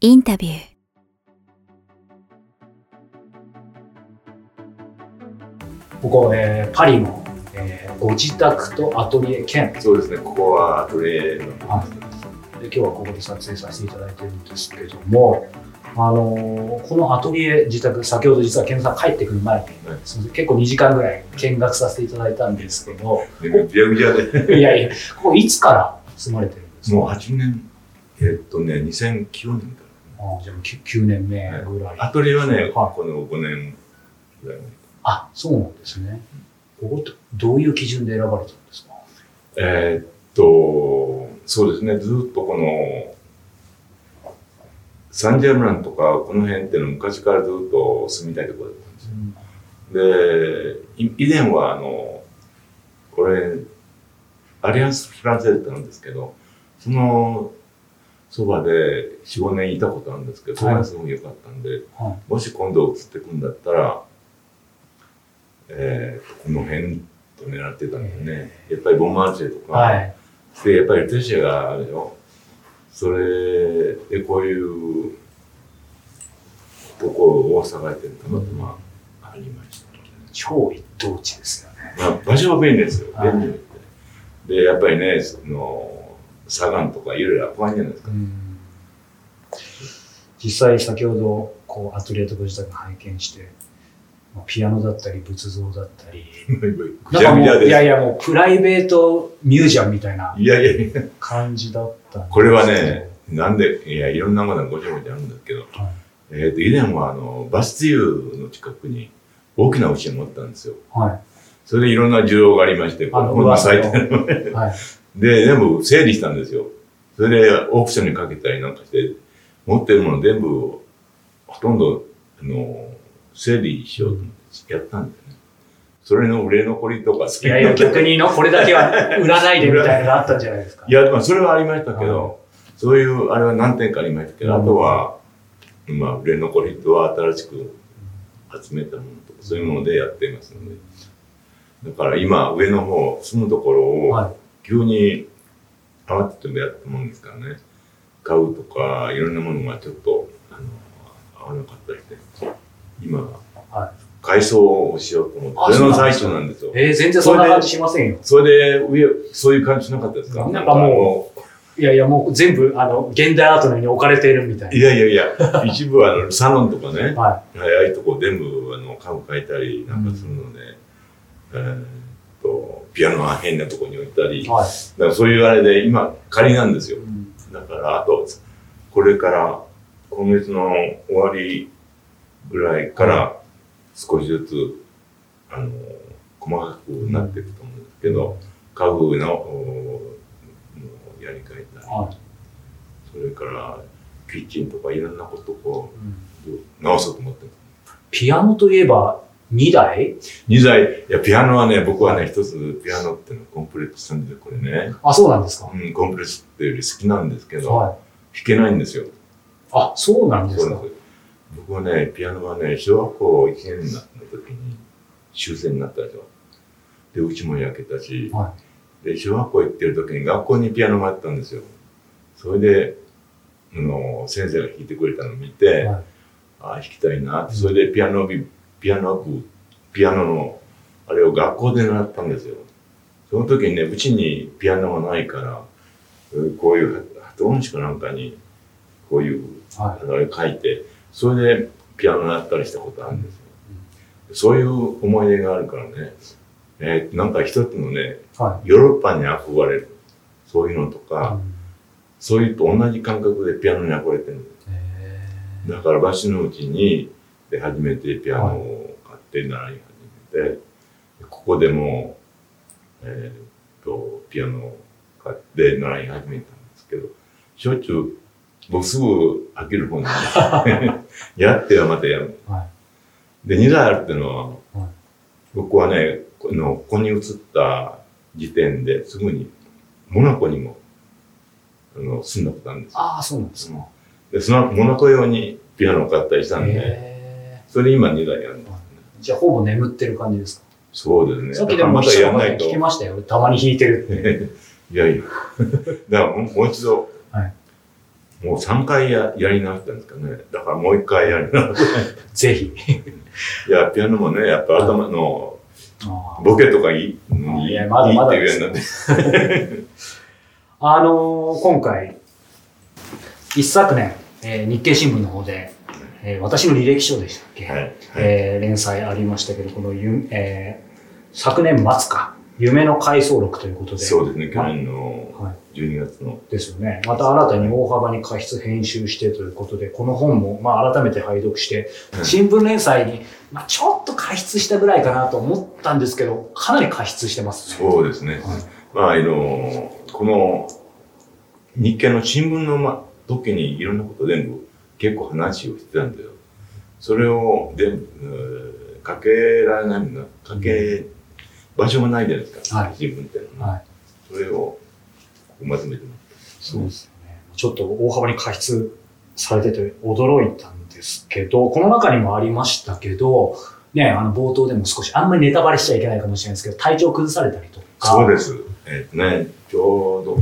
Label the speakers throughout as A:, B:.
A: インタビュー。
B: ここ、パリの、ご自宅とアトリエ兼。
C: そうですね、ここはアトリエの、
B: で今日はここで撮影させていただいてるんですけども、このアトリエ自宅、先ほど実は健さん帰ってくる前に、結構2時間ぐらい見学させていただいたんですけど、
C: ぐちゃぐちゃで
B: いやいや、ここいつから住まれてるんですか？
C: もう8年、2009年から。
B: じゃあ9年目ぐらい。
C: アトリエはね、この5年ぐらい前。
B: あ、そうなんですね。ここってどういう基準で選ばれたんですか？
C: そうですね、ずっとこのサンジェルマンとかこの辺っていうのは昔からずっと住みたいところだったんですよ。で、以前はこれアリアンス・フランセルってなんですけど、そのそばで4、5年いたことあるんですけど、それがすごく良かったんで、もし今度移ってくんだったら、この辺と狙ってたんですね。やっぱりボンマルシェとか、でやっぱりテシアがあるでしょ。それでこういうところを探してるたまたまありました。
B: 超一等地ですよね。
C: まあ場所は便利ですよ。便利で、やっぱりね、サガンとかいろいろ怖いんじゃないですか。
B: 実際先ほどこうアトリエとご自宅拝見して、ピアノだったり仏像だったり、なんかもういやいやもうプライベートミュージアムみたいな感じだったんです。
C: これはね、なんでいろんなものがごちゃごちゃあるんですけど、以前はバスティーユの近くに大きな牛を持ったんですよ。それでいろんな需要がありまして、こんな咲いてるので、で全部整理したんですよ。それでオークションにかけたりなんかして、持ってるもの全部ほとんど整理しようと思ってやったんだよね。それの売れ残りとか。
B: いやいや、逆にこれだけは売らないでみたいなのがあったんじゃないですか。
C: いや、まあそれはありましたけど、そういうあれは何点かありましたけど、あとは、まあ売れ残りと新しく集めたものとか、そういうものでやっていますので。だから今、上の方、住むところを急に慌ててもやったもんですからね。買うとか、いろんなものがちょっと、合わなかったりして、今、改装をしようと思って、それの最中なんですよ。
B: 全然そんな感じしませんよ。
C: それで、そういう感じしなかったですか？
B: なんかもう、いやいやもう全部、現代アートのように置かれているみたいな。
C: いやいやいや、一部はサロンとかね、ああいうとこ全部家具変えたりなんかするので、ピアノは変なとこに置いたり、だからそういうあれで今仮なんですよ。だからあと、これから今月の終わりぐらいから少しずつ、細かくなっていくと思うんですけど、家具のやり替えたり、それからキッチンとかいろんなことを直そうと思ってます。
B: ピアノといえば2台？
C: 2台。いや、ピアノはね、僕はね、一つピアノっていうのコンプレックスなんで、これね。
B: あ、そうなんですか？
C: コンプレックスっていうより好きなんですけど、弾けないんですよ。
B: あ、そうなんですか？
C: 僕はね、ピアノはね、小学校1年の時に終戦になったでしょ。で、うちも焼けたし、で、小学校行ってる時に学校にピアノがあったんですよ。それで、先生が弾いてくれたのを見て、弾きたいなって、それでピアノのあれを学校で習ったんですよ。その時にね、うちにピアノがないから、こういう発音紙かなんかに、こういう、あれ書いて、それでピアノやったりしたことあるんですよ。そういう思い出があるからね、なんか一つのね、ヨーロッパに憧れる、そういうのとか、そういうと同じ感覚でピアノに憧れてるんです。だからバシのうちに初めてピアノを買って習い始めて、ここでもピアノを買って習い始めたんですけど、しょっちゅう僕すぐ飽きる方なんでやってはまたやる。で、2台あるっていうのは、僕はね、ここに移った時点ですぐにモナコにも住んだことあるんですよ。
B: ああ、そうなんですか。
C: で、そのモナコ用にピアノを買ったりしたんで、それで今2台やるんです。
B: じゃあほぼ眠ってる感じですか？
C: そうですね。
B: さっきでもまたやらないと聞きましたよ。たまに弾いてるって。
C: いやいや。だからもう一度、 もう3回やり直したんですかね。だからもう1回やり直した。
B: ぜひ。
C: いや、ピアノもね、やっぱ頭のボケとかいいっていうやつなんで。
B: 今回、一昨年、日経新聞の方で、私の履歴書でしたっけ、はい連載ありましたけど、この昨年末か、夢の回想録ということで。
C: そうですね、去年の12月の。
B: ですよね。また新たに大幅に過失編集してということで、この本も改めて拝読して、新聞連載に、ちょっと過失したぐらいかなと思ったんですけど、かなり過失してます
C: ね。そうですね。はい、この日経の新聞の時にいろんなこと全部結構話をしてたんだよ。それを全部かけられないんだ。場所がないじゃないですか、新聞って。それをまとめてもらった。
B: そうですね。ちょっと大幅に過失されてて驚いたんですけど、この中にもありましたけど、ね、冒頭でも少し、あんまりネタバレしちゃいけないかもしれないですけど、体調崩されたりとか。
C: そうです。ちょうど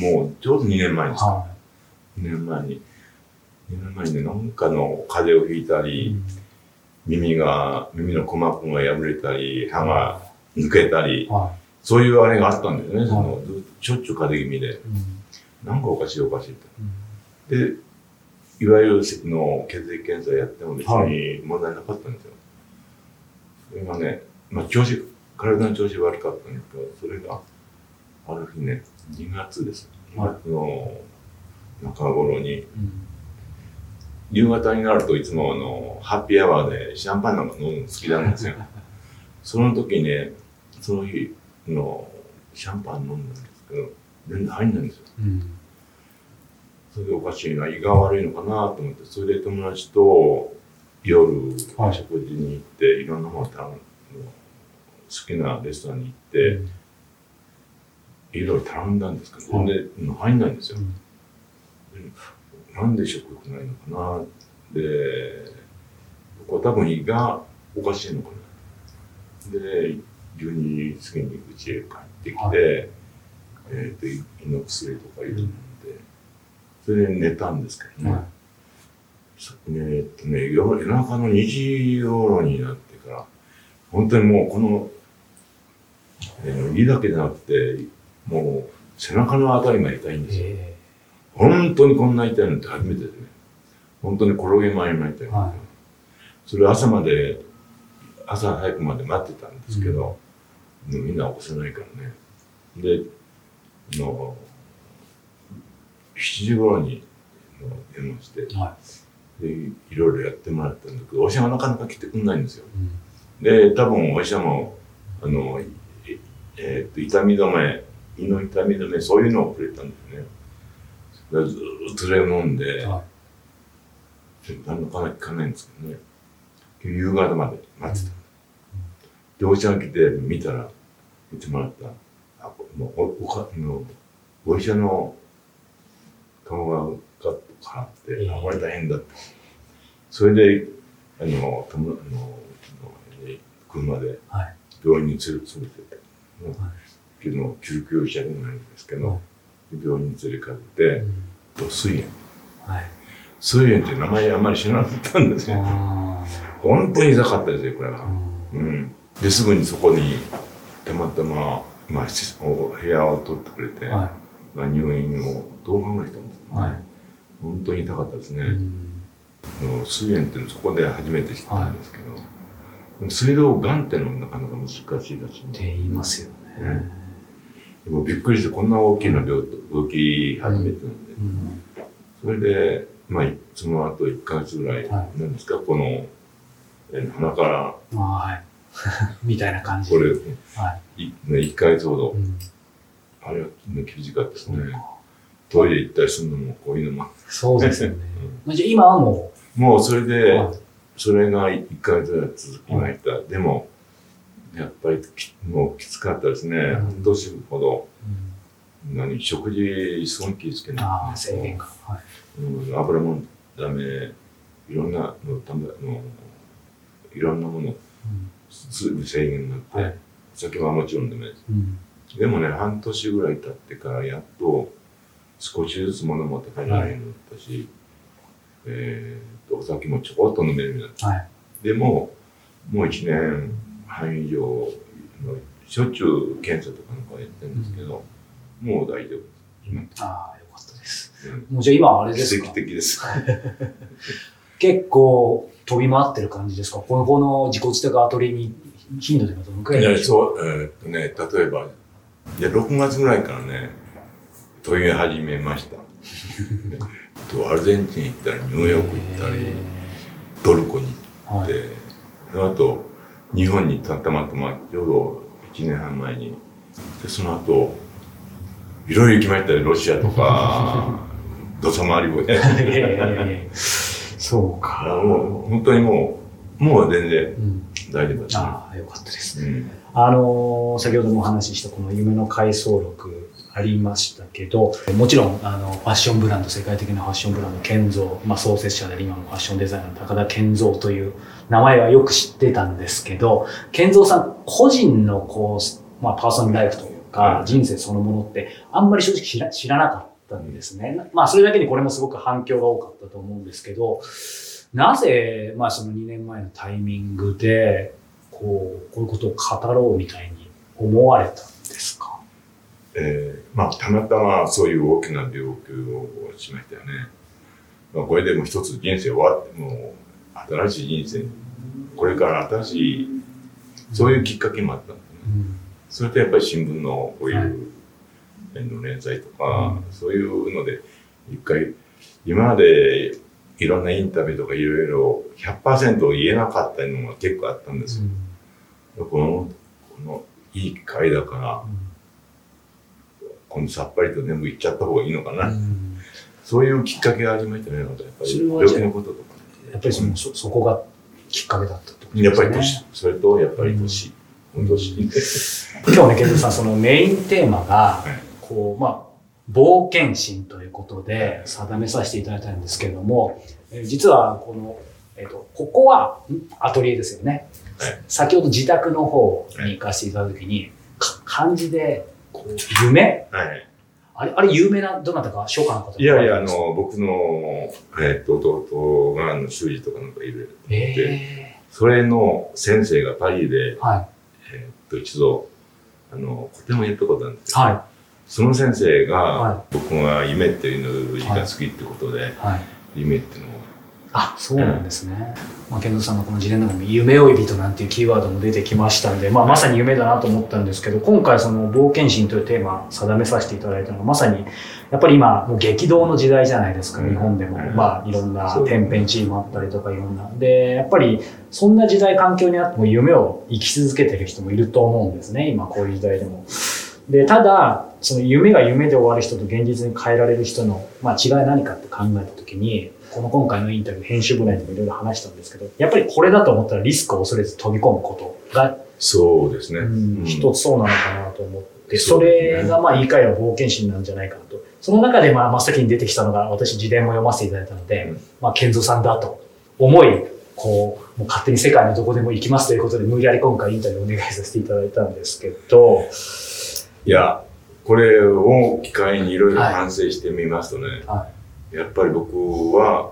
C: 2年前ですか。2年前にね、なんかの風邪をひいたり、耳の鼓膜が破れたり、歯が抜けたり、そういうあれがあったんだよね。しょっちゅう風邪気味で。なんかおかしいと。で、いわゆる血液検査やっても別に問題なかったんですよ。それがね、体の調子悪かったんですけど、それが、ある日ね、2月です。2月の中頃に、夕方になるといつもハッピーアワーでシャンパンなんか飲むの好きなんですよ。その時ね、その日のシャンパン飲んだんですけど、全然入んないんですよ。それでおかしいな、胃が悪いのかなと思って、それで友達と夜食事に行って、いろんなもの好きなレストランに行って、いろいろ頼んだんですけど、全然入んないんですよ。なんで食欲ないのかな。で、僕は多分胃がおかしいのかな。で、12時過ぎに家へ帰ってきて、胃の薬とかいるので、それで寝たんですけどね。夜中の2時頃になってから、本当にもうこの、胃だけじゃなくて、もう背中のあたりが痛いんですよ。本当にこんな痛いのって初めてですね。本当に転げ回りましたよ。それ朝早くまで待ってたんですけど、みんな起こせないからね。で、7時頃に電話して、で、いろいろやってもらったんだけど、お医者がなかなか来てくんないんですよ。で、多分お医者も、痛み止め、胃の痛み止め、そういうのをくれたんですね。ずーっとそれを飲んで、なかなか効かないんですけどね。夕方まで待ってた。で、お医者が来て見てもらった。お医者の顔がガッと変わって、これ大変だって。それで、車で病院に連れてって、救急車でもないんですけど、病院に連れかけて、膵炎。膵炎って名前あんまり知らなかったんですよ。本当に痛かったですよ、これは。で、すぐにそこに、たまたま、部屋を取ってくれて、入院をどう考えても、本当に痛かったですね。膵炎ってそこで初めて知ったんですけど、膵臓がんってのはなかなか難しいらしい。って
B: 言いますよね。
C: でもびっくりして、こんな大きな病気初めてなんで。それで、その後1ヶ月ぐらい、なんですか、この、鼻から、
B: みたいな感じで。
C: これ、1ヶ月ほど、あれは厳しかったですね。トイレ行ったりするのも、こういうのも。
B: そうですよね。じゃあ今はも
C: うそれで、それが1ヶ月ぐらい続きました。でも、やっぱりもうきつかったですね。半年ほど。食事すごい気をつけない。
B: 制限が。
C: 油もダメ、いろんなもの、すぐ制限になって、酒はもちろんダメです。でもね、半年ぐらい経ってからやっと、 少しずつ物も食べられるようになったし、お酒もちょこっと飲めるようになった。はい、でも、もう1年半以上のしょっちゅう検査とかなんかやってるんですけど、もう大丈夫です。
B: ああ、よかったです。もうじゃあ今あれですか？
C: 奇跡的です。
B: 結構飛び回ってる感じですか？この自己自宅アトリエに頻度でどのくらいでしょう？
C: そう、例えば、6月ぐらいからね、飛び始めました。アルゼンチン行ったり、ニューヨーク行ったり、トルコに行って、その後、日本にたまたまちょうど1年半前に、でその後、いろいろ行きましたよ、ロシアとか、土佐回りもやって。
B: そうか。
C: もう本当にもう全然大丈夫です、ね。
B: ああ、よかったですね。先ほどもお話ししたこの夢の回想録ありましたけど、もちろんファッションブランド、世界的なファッションブランド、ケンゾー、創設者であり今のファッションデザイナーの高田健三という名前はよく知ってたんですけど、健三さん個人のパーソナルライフというか、人生そのものってあんまり正直知らなかったんですね。それだけにこれもすごく反響が多かったと思うんですけど、なぜ、その2年前のタイミングで、こういうことを語ろうみたいに思われたんですか？
C: たまたまそういう大きな病気をしましたよね。これでも一つ人生終わって、もう新しい人生、これから新しい、そういうきっかけもあったんですね。それとやっぱり新聞のこういう連載とか、そういうので、一回、今までいろんなインタビューとかいろいろ 100% 言えなかったのが結構あったんですよ。このいい機会だから、今度さっぱりと全部言っちゃった方がいいのかな。そういうきっかけがありましたね。やっぱり病気のこととか。
B: やっぱりそこがきっかけだったってことですね。
C: やっぱり年、それとやっぱり年。今日
B: ね、ケンゾーさん、そのメインテーマが、冒険心ということで定めさせていただいたんですけれども、実はここはアトリエですよね。先ほど自宅の方に行かせていただいたときに、漢字で夢、あれ有名などなたか書家の方？
C: いや僕の弟が修理とかなんかいるので、それの先生がパリで、一度個展をやったことあるんですよ。その先生が、僕が夢っていうの字が好きってことで、夢っていうのを。
B: そうなんですね。健三さんのこの事例の中に夢追い人なんていうキーワードも出てきましたんで、まさに夢だなと思ったんですけど、今回その冒険心というテーマを定めさせていただいたのは、まさにやっぱり今もう激動の時代じゃないですか、日本でも。いろんな天変地異もあったりとかいろんな。で、やっぱりそんな時代環境にあっても夢を生き続けてる人もいると思うんですね、今こういう時代でも。で、ただ、その夢が夢で終わる人と現実に変えられる人の、違いは何かって考えたときに、今回のインタビュー、編集部内でもいろいろ話したんですけど、やっぱりこれだと思ったらリスクを恐れず飛び込むことが、
C: そうですね。
B: 一つそうなのかなと思って、それが言い換えれば冒険心なんじゃないかなと。その中で真っ先に出てきたのが、私自伝も読ませていただいたので、健三さんだと思い、もう勝手に世界のどこでも行きますということで、無理やり今回インタビューをお願いさせていただいたんですけど、
C: いや、これを機会にいろいろ反省してみますとね、やっぱり僕は、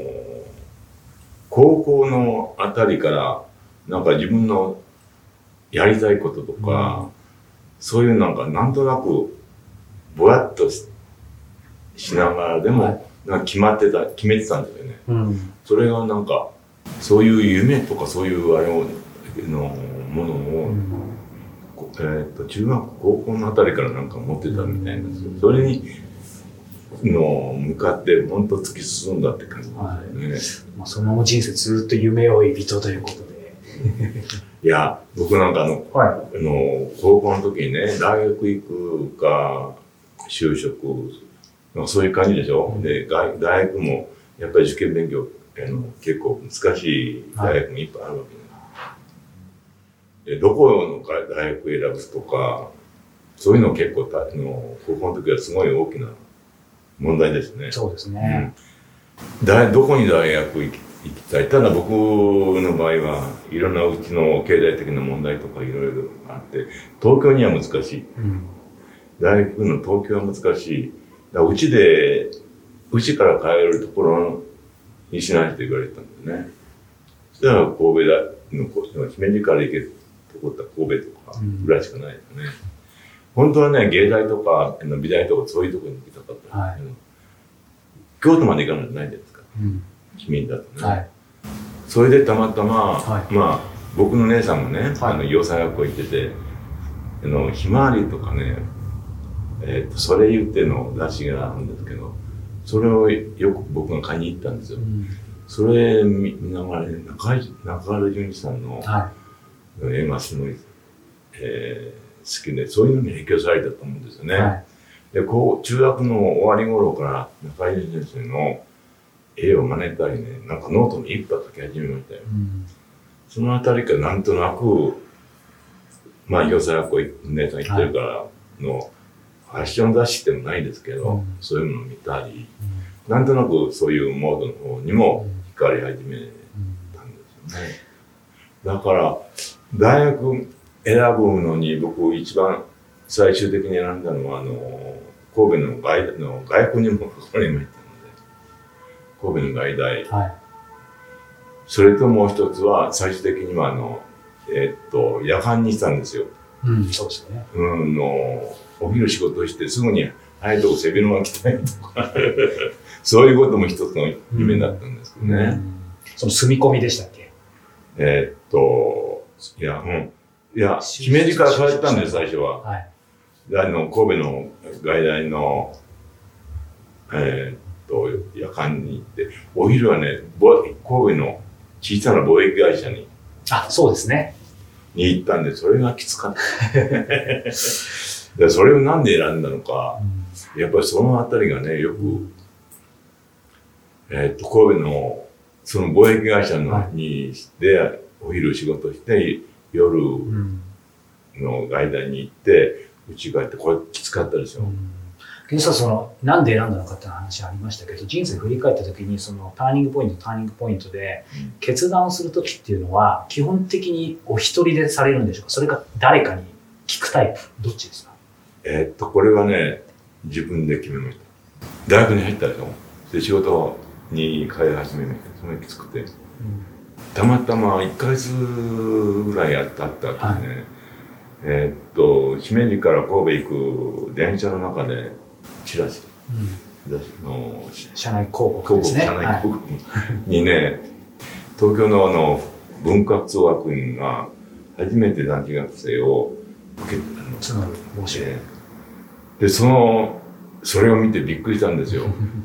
C: 高校のあたりから、なんか自分のやりたいこととか、そういうなんとなく、ぼやっとしながらでも、決めてたんですよね。それがそういう夢とかそういうものを、中学高校のあたりから持ってたみたいなんですよ。それに向かって本当突き進んだって感じですよね。
B: そのまま人生ずっと夢追い人ということで。
C: いや、僕高校の時にね、大学行くか、就職、そういう感じでしょ。で、大学もやっぱり受験勉強、結構難しい大学もいっぱいあるわけで、どこの大学選ぶとか、そういうの結構高校の時はすごい大きな問題ですね。
B: そうですね。
C: どこに大学行きたい。ただ僕の場合はいろんなうちの経済的な問題とかいろいろあって、東京には難しい。大学の東京は難しい。 うちから帰るところにしないと言われたんだよね。そしたら神戸の姫路から行けるとこって神戸とかぐらいしかないよね。本当はね、芸大とか美大とかそういうところに行きたかったんですけど、京都まで行かないとないじゃないですか。君だとね。それでたまたま、まあ僕の姉さんもね、洋裁学校行ってて、ひまわりとかね、それ言っての雑誌があるんですけど、それをよく僕が買いに行ったんですよ。それ見ながらね、中原淳一さんの絵がすごい、好きで、そういうのに影響されたと思うんですよね。で、中学の終わり頃から中井先生の絵を真似たりね、なんかノートに一派書き始めましたよ。そのあたりからなんとなく、まあ、洋裁学校姉さん行ってるからの、ファッション雑誌でもないですけど、そういうのを見たり、なんとなくそういうモードの方にも惹かれ始めたんですよね。だから、大学選ぶのに僕一番最終的に選んだのは、神戸の外国にも関わりましたので、神戸の外大。それともう一つは、最終的には夜間にしたんですよ。
B: そうですね。
C: お昼仕事してすぐに、早いとこ背広が着たいとか、そういうことも一つの夢だったんですけどね。
B: その住み込みでしたっけ？
C: いや、姫路から帰ったんです、最初は。神戸の外大の、夜間に行って、お昼はね、神戸の小さな貿易会社に。
B: そうですね。
C: に行ったんで、それがきつかった。でそれをなんで選んだのか、やっぱりそのあたりがね、よく、神戸のその貿易会社でお昼仕事して、夜の外大に行って、家帰って、これきつかったですよ。
B: 実はなんで選んだのかって話ありましたけど、人生振り返った時に、ターニングポイントで、決断をする時っていうのは、基本的にお一人でされるんでしょうか？それか誰かに聞くタイプ？どっちですか？
C: これはね、自分で決めました。大学に入ったでしょ。で、仕事に通い始めました。それがきつくて。たまたま1ヶ月ぐらいあったわけですね。姫路から神戸行く電車の中で、チラシの
B: 社内広告ですね。
C: 社内広告にね、東京の文化服装学院が初めて男子学生を受けてたの。
B: 面白い。
C: で、それを見てびっくりしたんですよ。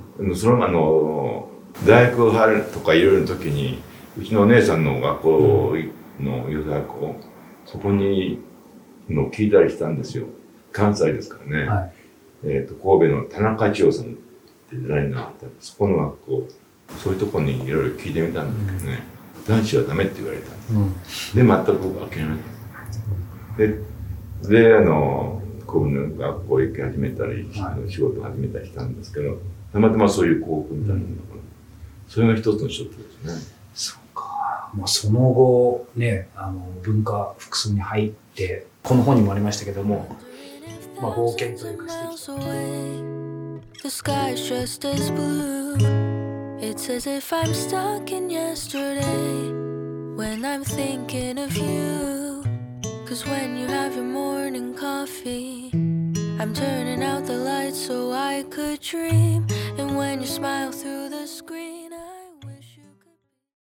C: 大学入るとかいろいろの時に、うちのお姉さんの学校の洋裁学校、そこに聞いたりしたんですよ。関西ですからね。神戸の田中千代さんってデザイナーだったんで、そこの学校、そういうところにいろいろ聞いてみたんですけどね、男子はダメって言われたんです。で、全く僕諦めた。で、神戸の学校行き始めたり、仕事を始めたりしたんですけど、たまたまそういう広告みたいなのが、それが一つの一つですね。
B: そうか。その後、ね、文化服装に入って、この本にもありましたけども、冒険というか素敵。The sky is just as blue. It's as if I'm stuck in yesterday when I'm thinking of you. 'Cause when you have your morning coffee, I'm turning out the lights so I could dream. And when you smile through the screen